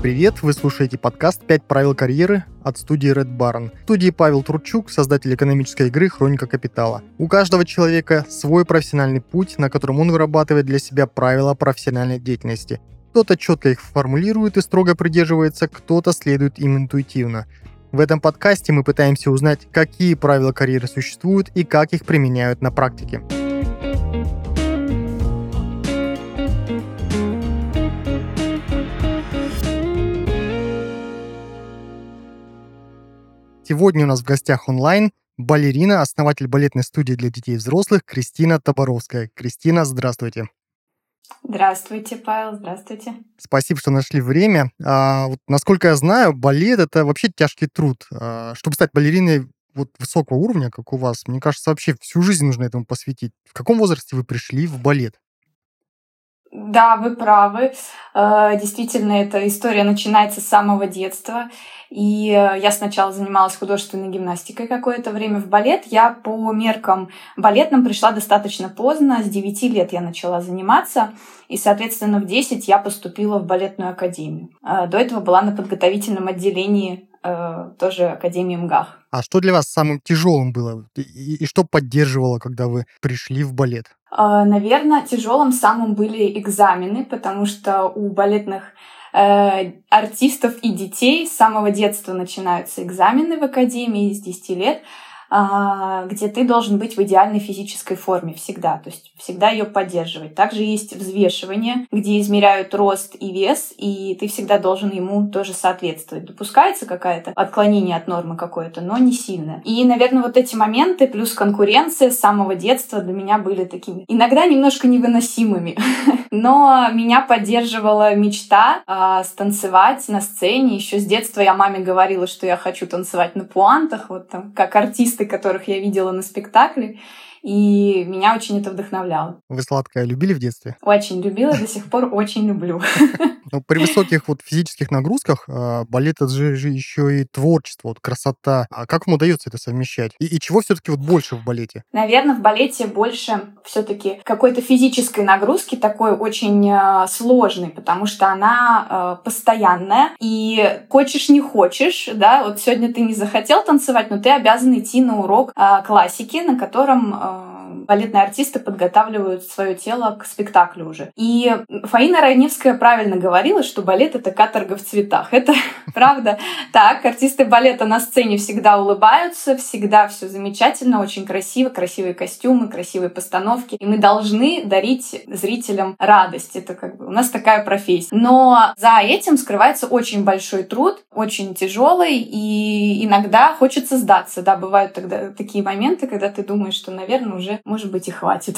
привет! Вы слушаете подкаст «5 правил карьеры» от студии Red Baron. В студии Павел Тручук, создатель экономической игры «Хроника капитала». У каждого человека свой профессиональный путь, на котором он вырабатывает для себя правила профессиональной деятельности. Кто-то четко их формулирует и строго придерживается, кто-то следует им интуитивно. В этом подкасте мы пытаемся узнать, какие правила карьеры существуют и как их применяют на практике. Сегодня у нас в гостях онлайн балерина, основатель балетной студии для детей и взрослых Кристина Таборовская. Кристина, здравствуйте. Здравствуйте, Павел, здравствуйте. Спасибо, что нашли время. Насколько я знаю, балет — это вообще тяжкий труд. Чтобы стать балериной высокого уровня, как у вас, мне кажется, вообще всю жизнь нужно этому посвятить. В каком возрасте вы пришли в балет? Да, вы правы. Действительно, эта история начинается с самого детства. И я сначала занималась художественной гимнастикой какое-то время. В балет я по меркам балетным пришла достаточно поздно. С 9 лет я начала заниматься. И, соответственно, в 10 я поступила в балетную академию. До этого была на подготовительном отделении тоже Академии МГАХ. А что для вас самым тяжелым было? И что поддерживало, когда вы пришли в балет? Наверное, тяжелым самым были экзамены, потому что у балетных артистов и детей с самого детства начинаются экзамены в академии с 10 лет, где ты должен быть в идеальной физической форме всегда, то есть всегда ее поддерживать. Также есть взвешивание, где измеряют рост и вес, и ты всегда должен ему тоже соответствовать. Допускается какое-то отклонение от нормы какое-то, но не сильное. И, наверное, вот эти моменты плюс конкуренция с самого детства для меня были такими иногда немножко невыносимыми. Но меня поддерживала мечта станцевать на сцене. Еще с детства я маме говорила, что я хочу танцевать на пуантах, вот там, как артисты, которых я видела на спектакле. И меня очень это вдохновляло. Вы сладкое любили в детстве? Очень любила, до сих пор очень люблю. Но при высоких физических нагрузках балет — это же еще и творчество, красота. А как вам удается это совмещать? И чего все-таки больше в балете? Наверное, в балете больше все-таки какой-то физической нагрузки, такой очень сложной, потому что она постоянная. И хочешь не хочешь, да, вот сегодня ты не захотел танцевать, но ты обязан идти на урок классики, на котором балетные артисты подготавливают свое тело к спектаклю уже. И Фаина Раневская правильно говорила, что балет — это каторга в цветах. Это правда так. Артисты балета на сцене всегда улыбаются, всегда все замечательно, очень красиво, красивые костюмы, красивые постановки. И мы должны дарить зрителям радость. Это у нас такая профессия. Но за этим скрывается очень большой труд, очень тяжелый, и иногда хочется сдаться. Да, бывают тогда такие моменты, когда ты думаешь, что, наверное, уже, может быть, и хватит.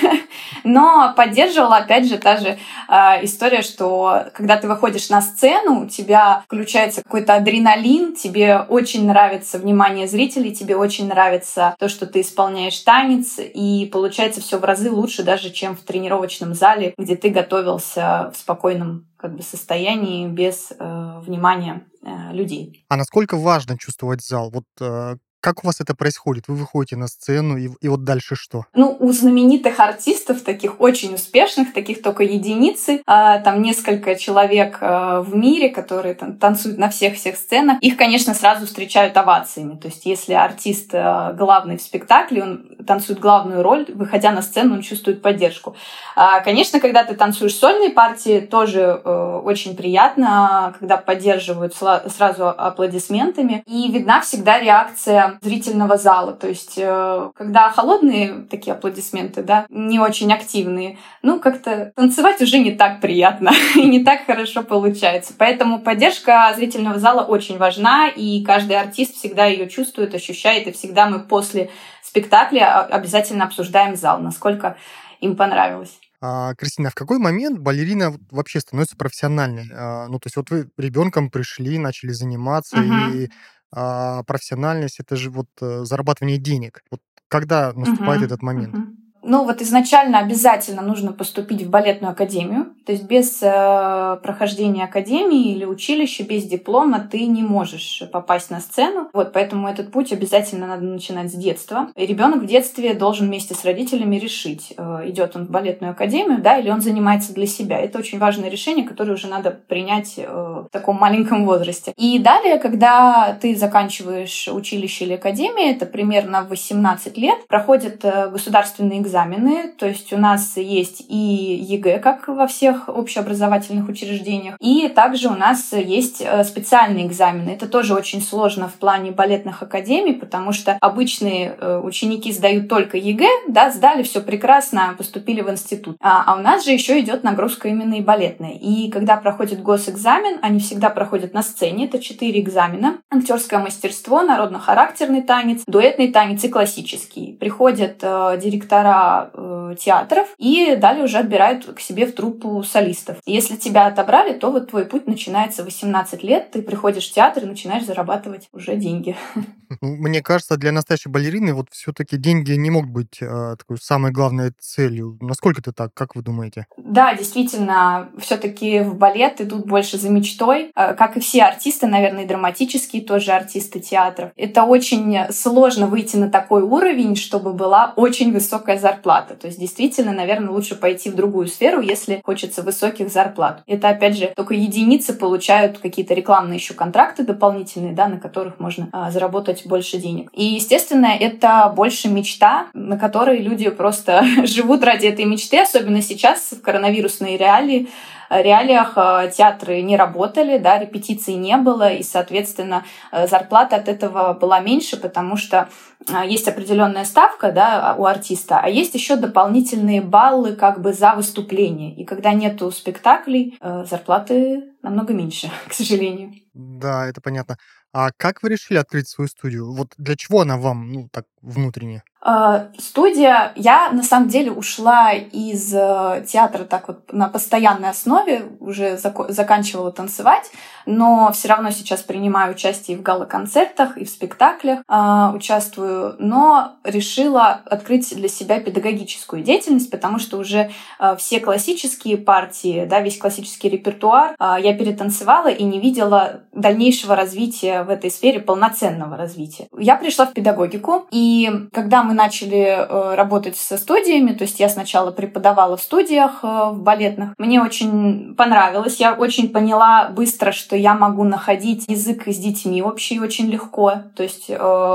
Но поддерживала, опять же, та же история, что когда ты выходишь на сцену, у тебя включается какой-то адреналин, тебе очень нравится внимание зрителей, тебе очень нравится то, что ты исполняешь танец, и получается все в разы лучше даже, чем в тренировочном зале, где ты готовился в спокойном состоянии, без внимания людей. А насколько важно чувствовать зал? Как у вас это происходит? Вы выходите на сцену, и вот дальше что? У знаменитых артистов, таких очень успешных, таких только единицы, там несколько человек в мире, которые танцуют на всех сценах, их, конечно, сразу встречают овациями. То есть если артист главный в спектакле, он танцует главную роль, выходя на сцену, он чувствует поддержку. Конечно, когда ты танцуешь сольные партии, тоже очень приятно, когда поддерживают сразу аплодисментами. И видна всегда реакция зрительного зала. То есть, когда холодные такие аплодисменты, да, не очень активные, как-то танцевать уже не так приятно и не так хорошо получается. Поэтому поддержка зрительного зала очень важна, и каждый артист всегда ее чувствует, ощущает, и всегда мы после спектакля обязательно обсуждаем зал, насколько им понравилось. Кристина, в какой момент балерина вообще становится профессиональной? То есть вы ребенком пришли, начали заниматься, и профессиональность — это же зарабатывание денег. Когда наступает этот момент? Изначально обязательно нужно поступить в балетную академию. То есть без прохождения академии или училища, без диплома ты не можешь попасть на сцену. Вот, поэтому этот путь обязательно надо начинать с детства. И ребенок в детстве должен вместе с родителями решить, идет он в балетную академию, да, или он занимается для себя. Это очень важное решение, которое уже надо принять в таком маленьком возрасте. И далее, когда ты заканчиваешь училище или академию, это примерно в 18 лет, проходят государственные экзамены, то есть у нас есть и ЕГЭ, как во всех общеобразовательных учреждениях, и также у нас есть специальные экзамены. Это тоже очень сложно в плане балетных академий, потому что обычные ученики сдают только ЕГЭ, да, сдали все прекрасно, поступили в институт. А у нас же еще идет нагрузка именно и балетная. И когда проходит госэкзамен, они всегда проходят на сцене. Это 4 экзамена: актерское мастерство, народно-характерный танец, дуэтный танец и классический. Приходят директора театров и далее уже отбирают к себе в труппу солистов. И если тебя отобрали, то вот твой путь начинается в 18 лет, ты приходишь в театр и начинаешь зарабатывать уже деньги. Мне кажется, для настоящей балерины вот все-таки деньги не могут быть такой самой главной целью. Насколько это так? Как вы думаете? Да, действительно, все-таки в балет идут больше за мечтой, как и все артисты, наверное, и драматические тоже артисты театров. Это очень сложно выйти на такой уровень, чтобы была очень высокая зарплата. То есть действительно, наверное, лучше пойти в другую сферу, если хочется высоких зарплат. Это, опять же, только единицы получают какие-то рекламные еще контракты дополнительные, да, на которых можно заработать больше денег. И, естественно, это больше мечта, на которой люди просто живут ради этой мечты, особенно сейчас, в коронавирусные реалиях театры не работали, да, репетиций не было, и, соответственно, зарплата от этого была меньше, потому что есть определенная ставка, да, у артиста, а есть еще дополнительные баллы как бы за выступление. И когда нету спектаклей, зарплаты намного меньше, к сожалению. Да, это понятно. А как вы решили открыть свою студию? Вот для чего она вам, ну, так, внутренне? Студия, я на самом деле ушла из театра так вот на постоянной основе, уже заканчивала танцевать, но все равно сейчас принимаю участие и в гала-концертах, и в спектаклях участвую, но решила открыть для себя педагогическую деятельность, потому что уже все классические партии, да, весь классический репертуар я перетанцевала и не видела дальнейшего развития в этой сфере, полноценного развития. Я пришла в педагогику, и когда мы начали работать со студиями, то есть я сначала преподавала в студиях в балетных, мне очень понравилось, я очень поняла быстро, что я могу находить язык с детьми общий очень легко, то есть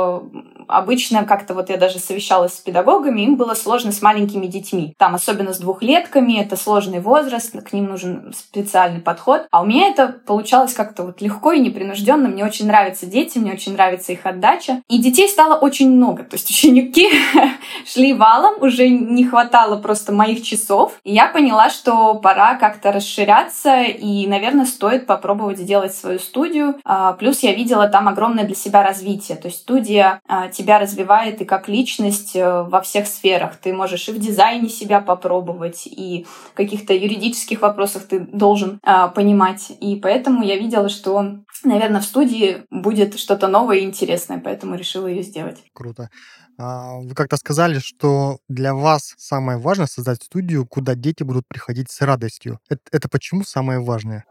обычно как-то вот я даже совещалась с педагогами, им было сложно с маленькими детьми, там особенно с двухлетками, это сложный возраст, к ним нужен специальный подход, а у меня это получалось как-то вот легко и непринужденно, мне очень нравятся дети, мне очень нравится их отдача, и детей стало очень много, то есть ученики шли валом, уже не хватало просто моих часов. И я поняла, что пора как-то расширяться, и, наверное, стоит попробовать сделать свою студию. Плюс я видела там огромное для себя развитие. То есть студия тебя развивает и как личность во всех сферах. Ты можешь и в дизайне себя попробовать, и в каких-то юридических вопросах ты должен понимать. И поэтому я видела, что, наверное, в студии будет что-то новое и интересное, поэтому решила ее сделать. Круто. Вы как-то сказали, что для вас самое важное создать студию, куда дети будут приходить с радостью. Это почему самое важное?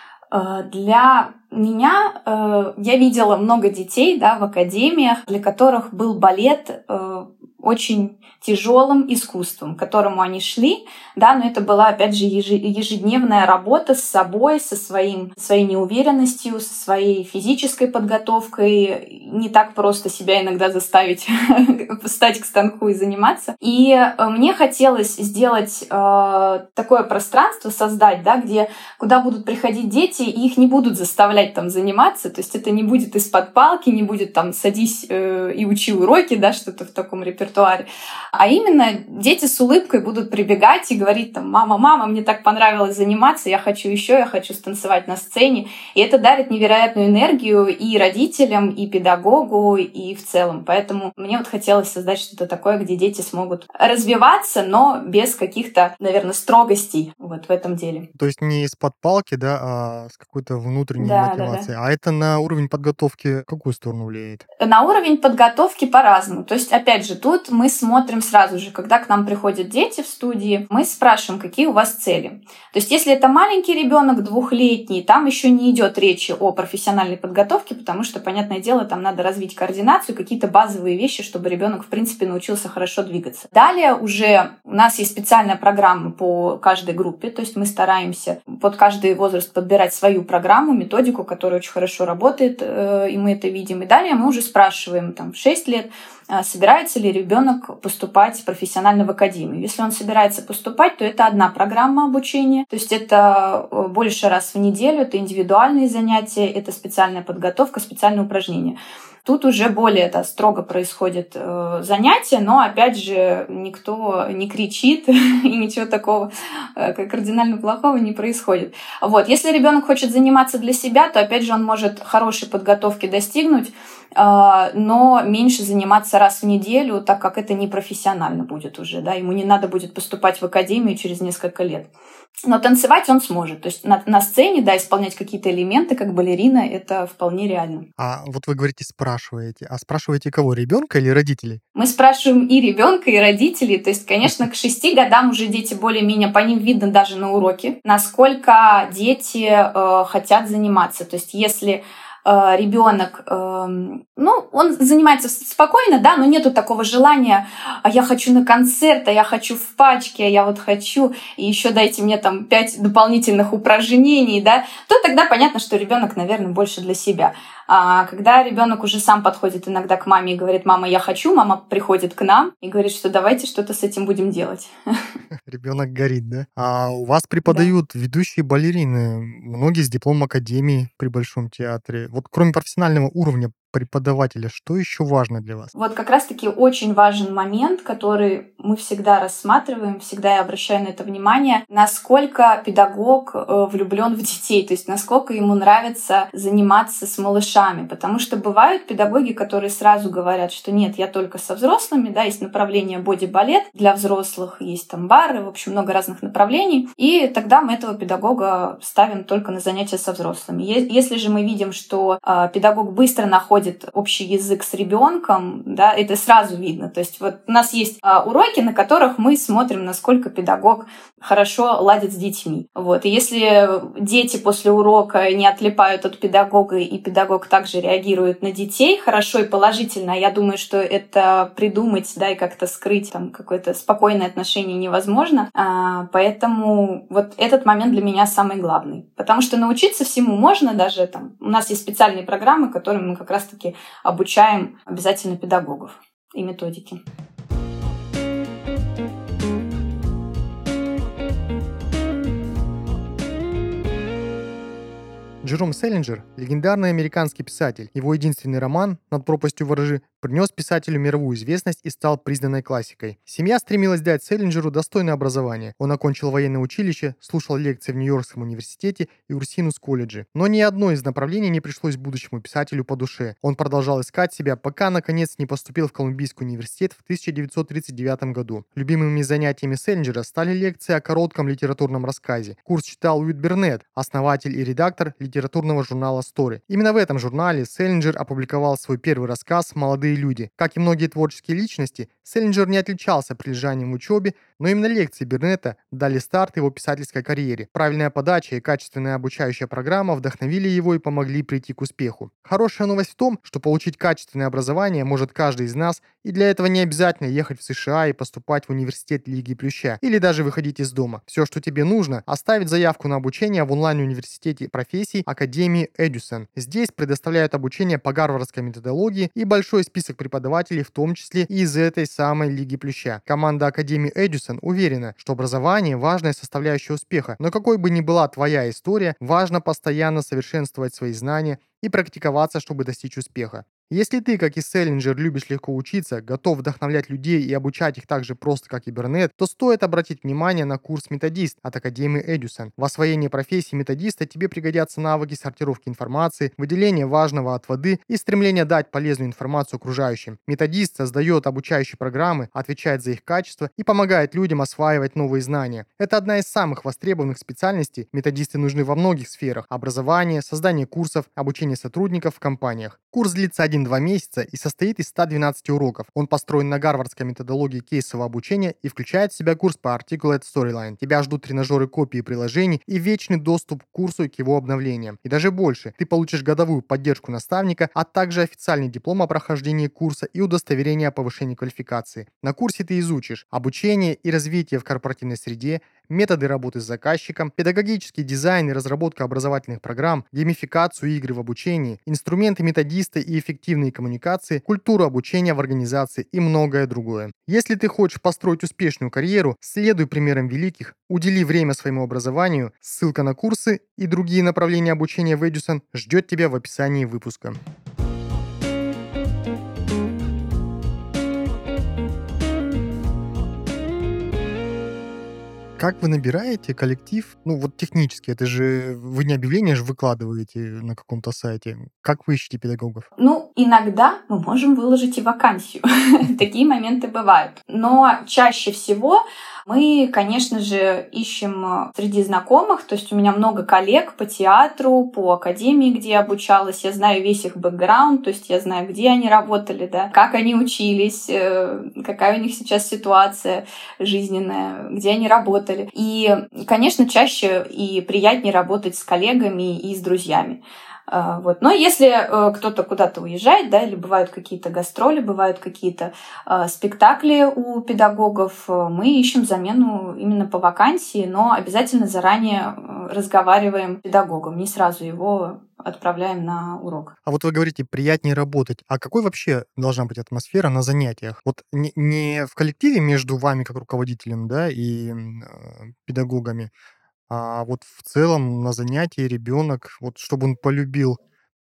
Для меня я видела много детей, да, в академиях, для которых был балет очень тяжелым искусством, к которому они шли, да, но это была, опять же, ежедневная работа с собой, со своей неуверенностью, со своей физической подготовкой. Не так просто себя иногда заставить встать к станку и заниматься. И мне хотелось сделать такое пространство, создать, да, куда будут приходить дети, и их не будут заставлять там заниматься, то есть это не будет из-под палки, не будет там «садись и учи уроки», да, что-то в таком репертуаре, а именно дети с улыбкой будут прибегать и говорить там: «Мама, мне так понравилось заниматься, я хочу еще, я хочу станцевать на сцене». И это дарит невероятную энергию и родителям, и педагогу, и в целом. Поэтому мне вот хотелось создать что-то такое, где дети смогут развиваться, но без каких-то, наверное, строгостей вот в этом деле. То есть не из-под палки, да, а с какой-то внутренней Да, Да-да-да. мотивации. А это на уровень подготовки в какую сторону влияет? На уровень подготовки по-разному. То есть, опять же, тут мы смотрим сразу же, когда к нам приходят дети в студии, мы спрашиваем, какие у вас цели. То есть, если это маленький ребенок, двухлетний, там еще не идет речи о профессиональной подготовке, потому что, понятное дело, там надо развить координацию, какие-то базовые вещи, чтобы ребенок, в принципе, научился хорошо двигаться. Далее уже у нас есть специальная программа по каждой группе, то есть мы стараемся под каждый возраст подбирать свою программу, методику, которая очень хорошо работает, и мы это видим. И далее мы уже спрашиваем там, в 6 лет, собирается ли ребенок поступать профессионально в академию. Если он собирается поступать, то это одна программа обучения, то есть это больше раз в неделю, это индивидуальные занятия, это специальная подготовка, специальные упражнения. Тут уже более строго происходят занятия, но, опять же, никто не кричит, и ничего такого кардинально плохого не происходит. Вот. Если ребенок хочет заниматься для себя, то, опять же, он может хорошей подготовки достигнуть, но меньше заниматься раз в неделю, так как это не профессионально будет уже. Да? Ему не надо будет поступать в академию через несколько лет. Но танцевать он сможет. То есть на сцене, да, исполнять какие-то элементы, как балерина, это вполне реально. А вот вы говорите, спрашиваете. А спрашиваете кого, ребенка или родителей? Мы спрашиваем и ребенка, и родителей. То есть, конечно, к 6 годам уже дети более-менее, по ним видно даже на уроке, насколько дети хотят заниматься. То есть, если ребенок, он занимается спокойно, да, но нету такого желания, а я хочу на концерт, а я хочу в пачке, а я вот хочу, и еще дайте мне там 5 дополнительных упражнений, да, то тогда понятно, что ребенок, наверное, больше для себя. А когда ребенок уже сам подходит иногда к маме и говорит: мама, я хочу, мама приходит к нам и говорит, что давайте что-то с этим будем делать. Ребенок горит, да? А у вас преподают ведущие балерины, многие с дипломом академии при Большом театре. Вот кроме профессионального уровня преподавателя, что еще важно для вас? Вот как раз-таки очень важен момент, который мы всегда рассматриваем, всегда я обращаю на это внимание, насколько педагог влюблен в детей, то есть насколько ему нравится заниматься с малышами, потому что бывают педагоги, которые сразу говорят, что нет, я только со взрослыми, да, есть направление боди-балет для взрослых, есть там бары, в общем, много разных направлений, и тогда мы этого педагога ставим только на занятия со взрослыми. Если же мы видим, что педагог быстро находит общий язык с ребенком, да, это сразу видно. То есть вот у нас есть уроки, на которых мы смотрим, насколько педагог хорошо ладит с детьми. Вот. И если дети после урока не отлипают от педагога, и педагог также реагирует на детей хорошо и положительно, я думаю, что это придумать, да, и как-то скрыть там какое-то спокойное отношение невозможно. Поэтому вот этот момент для меня самый главный. Потому что научиться всему можно даже там. У нас есть специальные программы, которыми мы как раз-таки обучаем обязательно педагогов и методики. Джером Селлинджер – легендарный американский писатель. Его единственный роман «Над пропастью воржи» принес писателю мировую известность и стал признанной классикой. Семья стремилась дать Селлинджеру достойное образование. Он окончил военное училище, слушал лекции в Нью-Йоркском университете и Урсинус колледже. Но ни одно из направлений не пришлось будущему писателю по душе. Он продолжал искать себя, пока, наконец, не поступил в Колумбийский университет в 1939 году. Любимыми занятиями Селлинджера стали лекции о коротком литературном рассказе. Курс читал Уит Бернетт, основатель и редактор литературного журнала Story. Именно в этом журнале Селлинджер опубликовал свой первый рассказ «Молодые люди». Как и многие творческие личности, Селлинджер не отличался прилежанием в учебе, но именно лекции Бернетта дали старт его писательской карьере. Правильная подача и качественная обучающая программа вдохновили его и помогли прийти к успеху. Хорошая новость в том, что получить качественное образование может каждый из нас, и для этого не обязательно ехать в США и поступать в университет Лиги Плюща, или даже выходить из дома. Все, что тебе нужно, оставить заявку на обучение в онлайн-университете профессий Академии Эдюсон. Здесь предоставляют обучение по гарвардской методологии и большой список преподавателей, в том числе и из этой самой Лиги Плюща. Команда Академии Эдюсон уверена, что образование – важная составляющая успеха, но какой бы ни была твоя история, важно постоянно совершенствовать свои знания и практиковаться, чтобы достичь успеха. Если ты, как и селлинджер, любишь легко учиться, готов вдохновлять людей и обучать их так же просто, как и Бернет, то стоит обратить внимание на курс «Методист» от Академии Эдюсон. В освоении профессии методиста тебе пригодятся навыки сортировки информации, выделения важного от воды и стремление дать полезную информацию окружающим. Методист создает обучающие программы, отвечает за их качество и помогает людям осваивать новые знания. Это одна из самых востребованных специальностей. Методисты нужны во многих сферах – образование, создание курсов, обучение сотрудников в компаниях. Курс длится 1-2 месяца и состоит из 112 уроков. Он построен на гарвардской методологии кейсового обучения и включает в себя курс по Articulate Storyline. Тебя ждут тренажеры копии приложений и вечный доступ к курсу и к его обновлениям. И даже больше, ты получишь годовую поддержку наставника, а также официальный диплом о прохождении курса и удостоверение о повышении квалификации. На курсе ты изучишь обучение и развитие в корпоративной среде, методы работы с заказчиком, педагогический дизайн и разработка образовательных программ, геймификацию и игры в обучении, инструменты методиста и эффективные коммуникации, культуру обучения в организации и многое другое. Если ты хочешь построить успешную карьеру, следуй примерам великих, удели время своему образованию. Ссылка на курсы и другие направления обучения в Эдюсон ждет тебя в описании выпуска. Как вы набираете коллектив? Ну, вот технически, это же вы не объявление же выкладываете на каком-то сайте. Как вы ищете педагогов? Ну, иногда мы можем выложить и вакансию. Такие моменты бывают. Но чаще всего мы, конечно же, ищем среди знакомых. То есть у меня много коллег по театру, по академии, где я обучалась. Я знаю весь их бэкграунд, то есть я знаю, где они работали, да, как они учились, какая у них сейчас ситуация жизненная, где они работали. И, конечно, чаще и приятнее работать с коллегами и с друзьями. Вот. Но если кто-то куда-то уезжает, да, или бывают какие-то гастроли, бывают какие-то спектакли у педагогов, мы ищем замену именно по вакансии, но обязательно заранее разговариваем с педагогом, не сразу его отправляем на урок. А вот вы говорите, приятнее работать. А какой вообще должна быть атмосфера на занятиях? Вот не в коллективе между вами, как руководителем, да, и педагогами, а вот в целом на занятии ребенок, вот чтобы он полюбил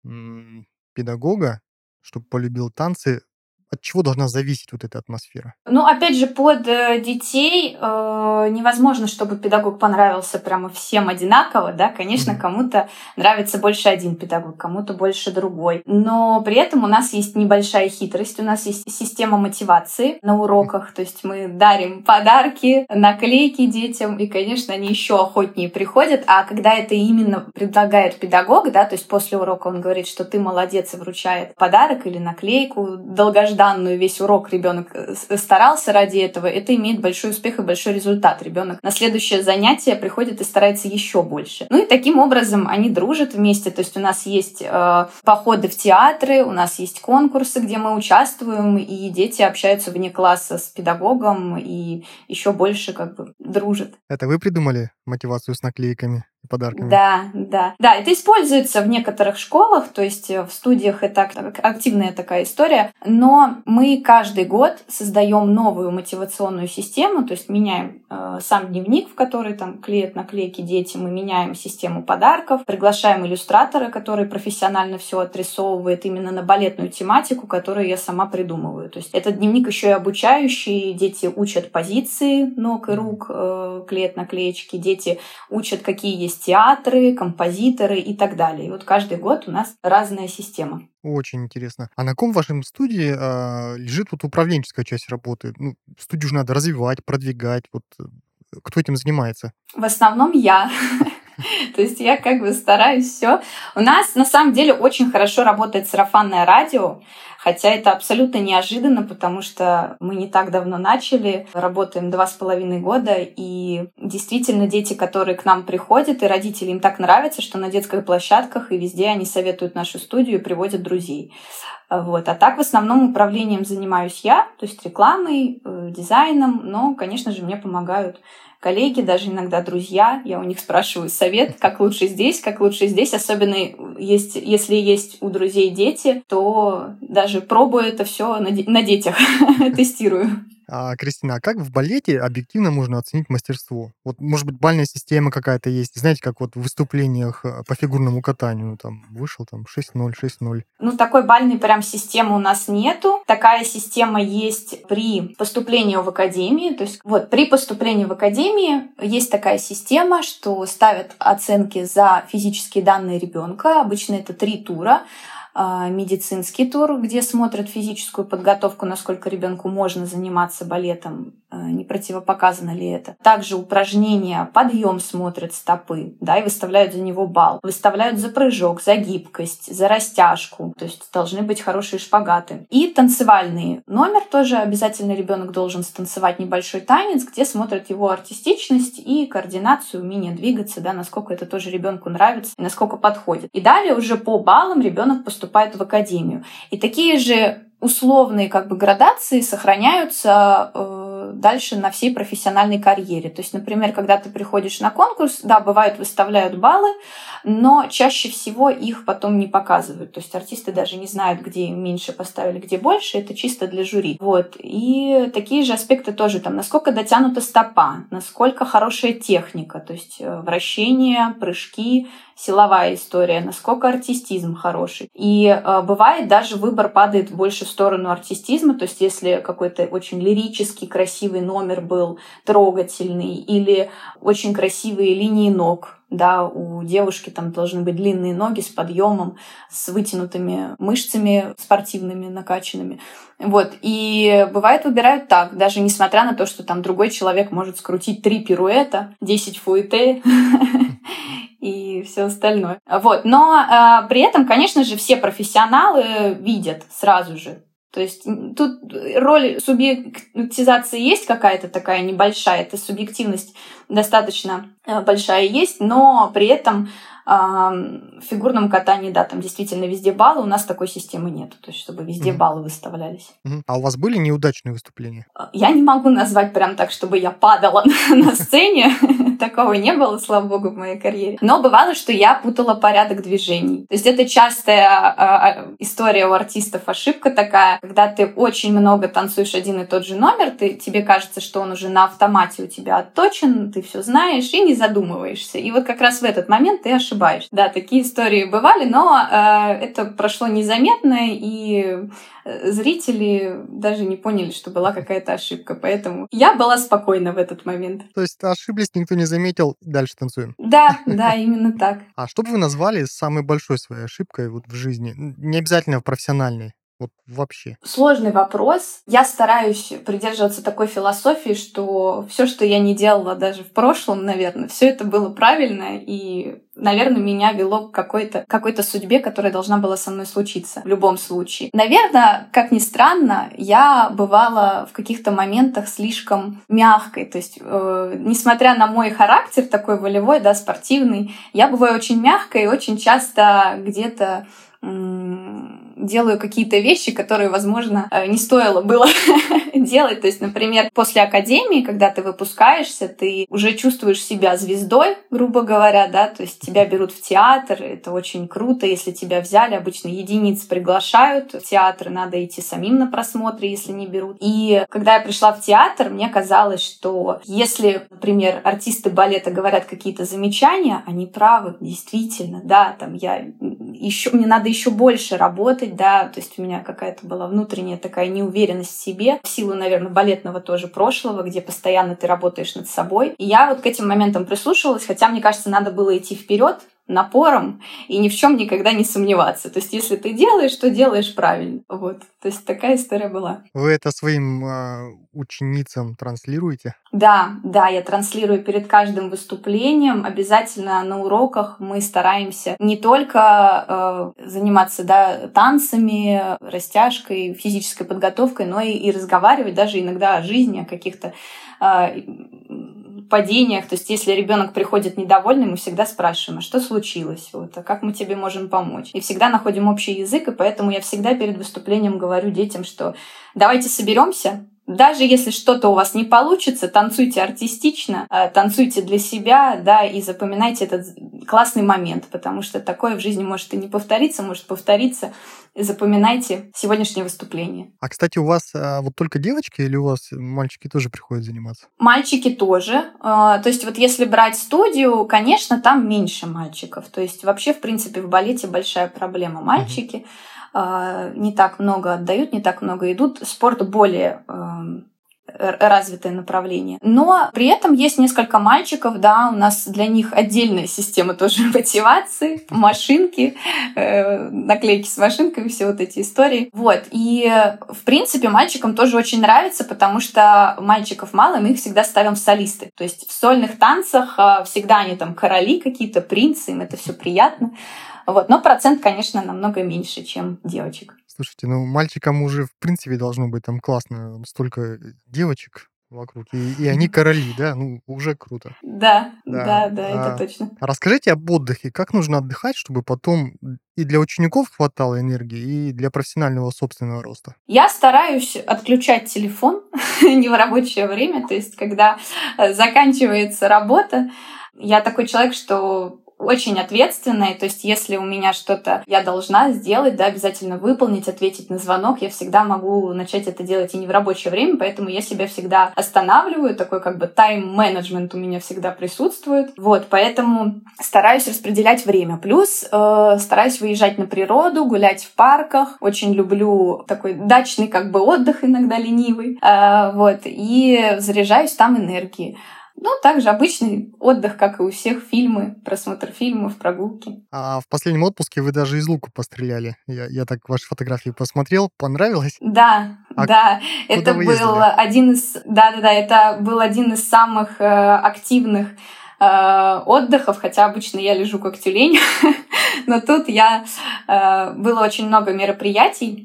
педагога, чтобы полюбил танцы, от чего должна зависеть вот эта атмосфера? Ну, опять же, под детей невозможно, чтобы педагог понравился прямо всем одинаково, да, конечно, кому-то нравится больше один педагог, кому-то больше другой. Но при этом у нас есть небольшая хитрость, у нас есть система мотивации на уроках, то есть мы дарим подарки, наклейки детям, и, конечно, они еще охотнее приходят, а когда это именно предлагает педагог, да, то есть после урока он говорит, что ты молодец и вручает подарок или наклейку, долгожданную, весь урок ребенок старался ради этого, это имеет большой успех и большой результат. Ребенок на следующее занятие приходит и старается еще больше. Ну и таким образом они дружат вместе. То есть у нас есть походы в театры, у нас есть конкурсы, где мы участвуем, и дети общаются вне класса с педагогом и еще больше как бы дружат. Это вы придумали мотивацию с наклейками и подарками? Да. Да, это используется в некоторых школах, то есть в студиях это активная такая история, но мы каждый год создаем новую мотивационную систему, то есть меняем сам дневник, в который там клеят наклейки дети, мы меняем систему подарков, приглашаем иллюстратора, который профессионально все отрисовывает именно на балетную тематику, которую я сама придумываю. То есть этот дневник еще и обучающий, дети учат позиции ног и рук, клеят наклеечки, дети учат, какие есть театры, композиторы и так далее. И вот каждый год у нас разная система. Очень интересно. А на ком в вашем студии лежит вот управленческая часть работы? Ну, студию же надо развивать, продвигать. Вот кто этим занимается? В основном я. То есть я как бы стараюсь все. У нас на самом деле очень хорошо работает сарафанное радио, хотя это абсолютно неожиданно, потому что мы не так давно начали, работаем 2,5 года, и действительно дети, которые к нам приходят, и родители, им так нравится, что на детских площадках и везде они советуют нашу студию и приводят друзей. Вот. А так в основном управлением занимаюсь я, то есть рекламой, дизайном, но, конечно же, мне помогают коллеги, даже иногда друзья. Я у них спрашиваю совет, как лучше здесь, Особенно если есть у друзей дети, то даже пробую это все на детях, тестирую. Кристина, а как в балете объективно можно оценить мастерство? Вот, может быть, бальная система какая-то есть? Знаете, как вот в выступлениях по фигурному катанию, там, вышел там 6:0, 6:0. Ну, такой бальной прям системы у нас нету. Такая система есть при поступлении в академии. То есть вот при поступлении в академии есть такая система, что ставят оценки за физические данные ребенка. Обычно это 3 тура. Медицинский тур, где смотрят физическую подготовку, насколько ребенку можно заниматься балетом, не противопоказано ли это. Также упражнения, подъем смотрят стопы, да, и выставляют за него балл. Выставляют за прыжок, за гибкость, за растяжку, то есть должны быть хорошие шпагаты. И танцевальный номер тоже обязательно ребенок должен станцевать небольшой танец, где смотрят его артистичность и координацию, умение двигаться, да, насколько это тоже ребенку нравится и насколько подходит. И далее уже по баллам ребенок поступает в академию. И такие же условные градации сохраняются дальше на всей профессиональной карьере. То есть, например, когда ты приходишь на конкурс, да, бывает, выставляют баллы, но чаще всего их потом не показывают. То есть артисты даже не знают, где им меньше поставили, где больше. Это чисто для жюри. Вот. И такие же аспекты тоже. Там, насколько дотянута стопа, насколько хорошая техника, то есть вращение, прыжки, силовая история, насколько артистизм хороший. И бывает, даже выбор падает больше в сторону артистизма, то есть если какой-то очень лирический, красивый номер был, трогательный, или очень красивые линии ног, да, у девушки там должны быть длинные ноги с подъемом, с вытянутыми мышцами спортивными, накачанными. Вот. И бывает, выбирают так, даже несмотря на то, что там другой человек может скрутить 3 пируэта, 10 фуэте и все остальное. Вот. Но при этом, конечно же, все профессионалы видят сразу же. То есть тут роль субъективизации есть какая-то такая небольшая, эта субъективность достаточно большая есть, но при этом в фигурном катании, да, там действительно везде баллы, у нас такой системы нет, то есть чтобы везде баллы выставлялись. А у вас были неудачные выступления? Я не могу назвать прям так, чтобы я падала на сцене, такого не было, слава богу, в моей карьере. Но бывало, что я путала порядок движений. То есть это частая история у артистов, ошибка такая, когда ты очень много танцуешь один и тот же номер, тебе кажется, что он уже на автомате у тебя отточен, ты все знаешь и не задумываешься. И вот как раз в этот момент ты ошибаешься. Да, такие истории бывали, но это прошло незаметно, и зрители даже не поняли, что была какая-то ошибка. Поэтому я была спокойна в этот момент. То есть ошиблись, никто не заметил, дальше танцуем. Да, именно так. А что бы вы назвали самой большой своей ошибкой вот в жизни? Не обязательно в профессиональной. Вот вообще. Сложный вопрос. Я стараюсь придерживаться такой философии, что все, что я не делала даже в прошлом, наверное, все это было правильно, и, наверное, меня вело к какой-то судьбе, которая должна была со мной случиться в любом случае. Наверное, как ни странно, я бывала в каких-то моментах слишком мягкой. То есть, несмотря на мой характер такой волевой, да, спортивный, я бываю очень мягкой и очень часто где-то делаю какие-то вещи, которые, возможно, не стоило было делать. То есть, например, после академии, когда ты выпускаешься, ты уже чувствуешь себя звездой, грубо говоря, да, то есть тебя берут в театр, это очень круто, если тебя взяли, обычно единиц приглашают в театр, надо идти самим на просмотры, если не берут. И когда я пришла в театр, мне казалось, что если, например, артисты балета говорят какие-то замечания, они правы, действительно, да, там мне надо еще больше работать, да, то есть у меня какая-то была внутренняя такая неуверенность в себе, в силу, наверное, балетного тоже прошлого, где постоянно ты работаешь над собой. И я вот к этим моментам прислушивалась, хотя, мне кажется, надо было идти вперед напором и ни в чем никогда не сомневаться. То есть если ты делаешь, то делаешь правильно. Вот. То есть такая история была. Вы это своим ученицам транслируете? Да, я транслирую перед каждым выступлением. Обязательно на уроках мы стараемся не только заниматься, да, танцами, растяжкой, физической подготовкой, но и разговаривать даже иногда о жизни, о каких-то падениях. То есть если ребенок приходит недовольный, мы всегда спрашиваем, а что случилось? Вот, а как мы тебе можем помочь? И всегда находим общий язык, и поэтому я всегда перед выступлением говорю детям, что давайте соберемся, Даже если что-то у вас не получится, танцуйте артистично, танцуйте для себя, да, и запоминайте этот классный момент, потому что такое в жизни может и не повториться, может повториться. Запоминайте сегодняшнее выступление. А, кстати, у вас вот только девочки или у вас мальчики тоже приходят заниматься? Мальчики тоже. То есть вот если брать студию, конечно, там меньше мальчиков. То есть вообще, в принципе, в балете большая проблема. Мальчики не так много отдают, не так много идут. Спорт более развитое направление. Но при этом есть несколько мальчиков, да, у нас для них отдельная система тоже мотивации, машинки, наклейки с машинками, все вот эти истории. Вот. И, в принципе, мальчикам тоже очень нравится, потому что мальчиков мало, и мы их всегда ставим в солисты. То есть в сольных танцах всегда они там короли какие-то, принцы, им это все приятно. Вот. Но процент, конечно, намного меньше, чем девочек. Слушайте, ну мальчикам уже в принципе должно быть там классно, столько девочек вокруг, и они короли, да, ну уже круто. Да, это точно. Расскажите об отдыхе, как нужно отдыхать, чтобы потом и для учеников хватало энергии, и для профессионального собственного роста? Я стараюсь отключать телефон не в рабочее время, то есть когда заканчивается работа, я такой человек, что очень ответственная, то есть если у меня что-то я должна сделать, да, обязательно выполнить, ответить на звонок, я всегда могу начать это делать и не в рабочее время, поэтому я себя всегда останавливаю, такой как бы тайм-менеджмент у меня всегда присутствует, вот, поэтому стараюсь распределять время, плюс стараюсь выезжать на природу, гулять в парках, очень люблю такой дачный как бы отдых, иногда ленивый, вот, и заряжаюсь там энергией. Ну, также обычный отдых, как и у всех, фильмы, просмотр фильмов, прогулки. А в последнем отпуске вы даже из лука постреляли. Я так ваши фотографии посмотрел, понравилось? Да, это был один из, это был один из самых активных отдыхов, хотя обычно я лежу как тюлень, но тут было очень много мероприятий.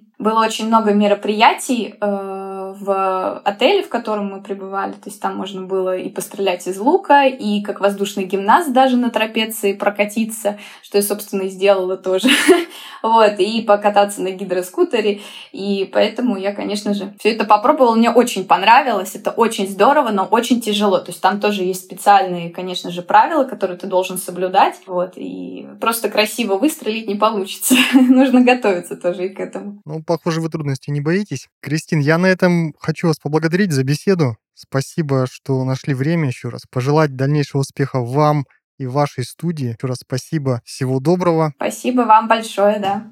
В отеле, в котором мы пребывали. То есть там можно было и пострелять из лука, и как воздушный гимнаст даже на трапеции прокатиться, что я, собственно, и сделала тоже. Вот, и покататься на гидроскутере. И поэтому я, конечно же, все это попробовала. Мне очень понравилось. Это очень здорово, но очень тяжело. То есть там тоже есть специальные, конечно же, правила, которые ты должен соблюдать. Вот, и просто красиво выстрелить не получится. Нужно готовиться тоже и к этому. Ну, похоже, вы трудностей не боитесь. Кристин, я на этом хочу вас поблагодарить за беседу. Спасибо, что нашли время еще раз. Пожелать дальнейшего успеха вам и вашей студии. Еще раз спасибо. Всего доброго. Спасибо вам большое, да.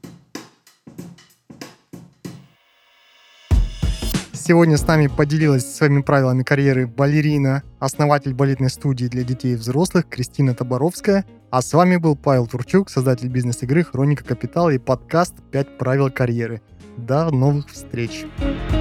Сегодня с нами поделилась своими правилами карьеры балерина, основатель балетной студии для детей и взрослых Кристина Таборовская. А с вами был Павел Турчук, создатель бизнес-игры «Хроника Капитала» и подкаст «5 правил карьеры». До новых встреч!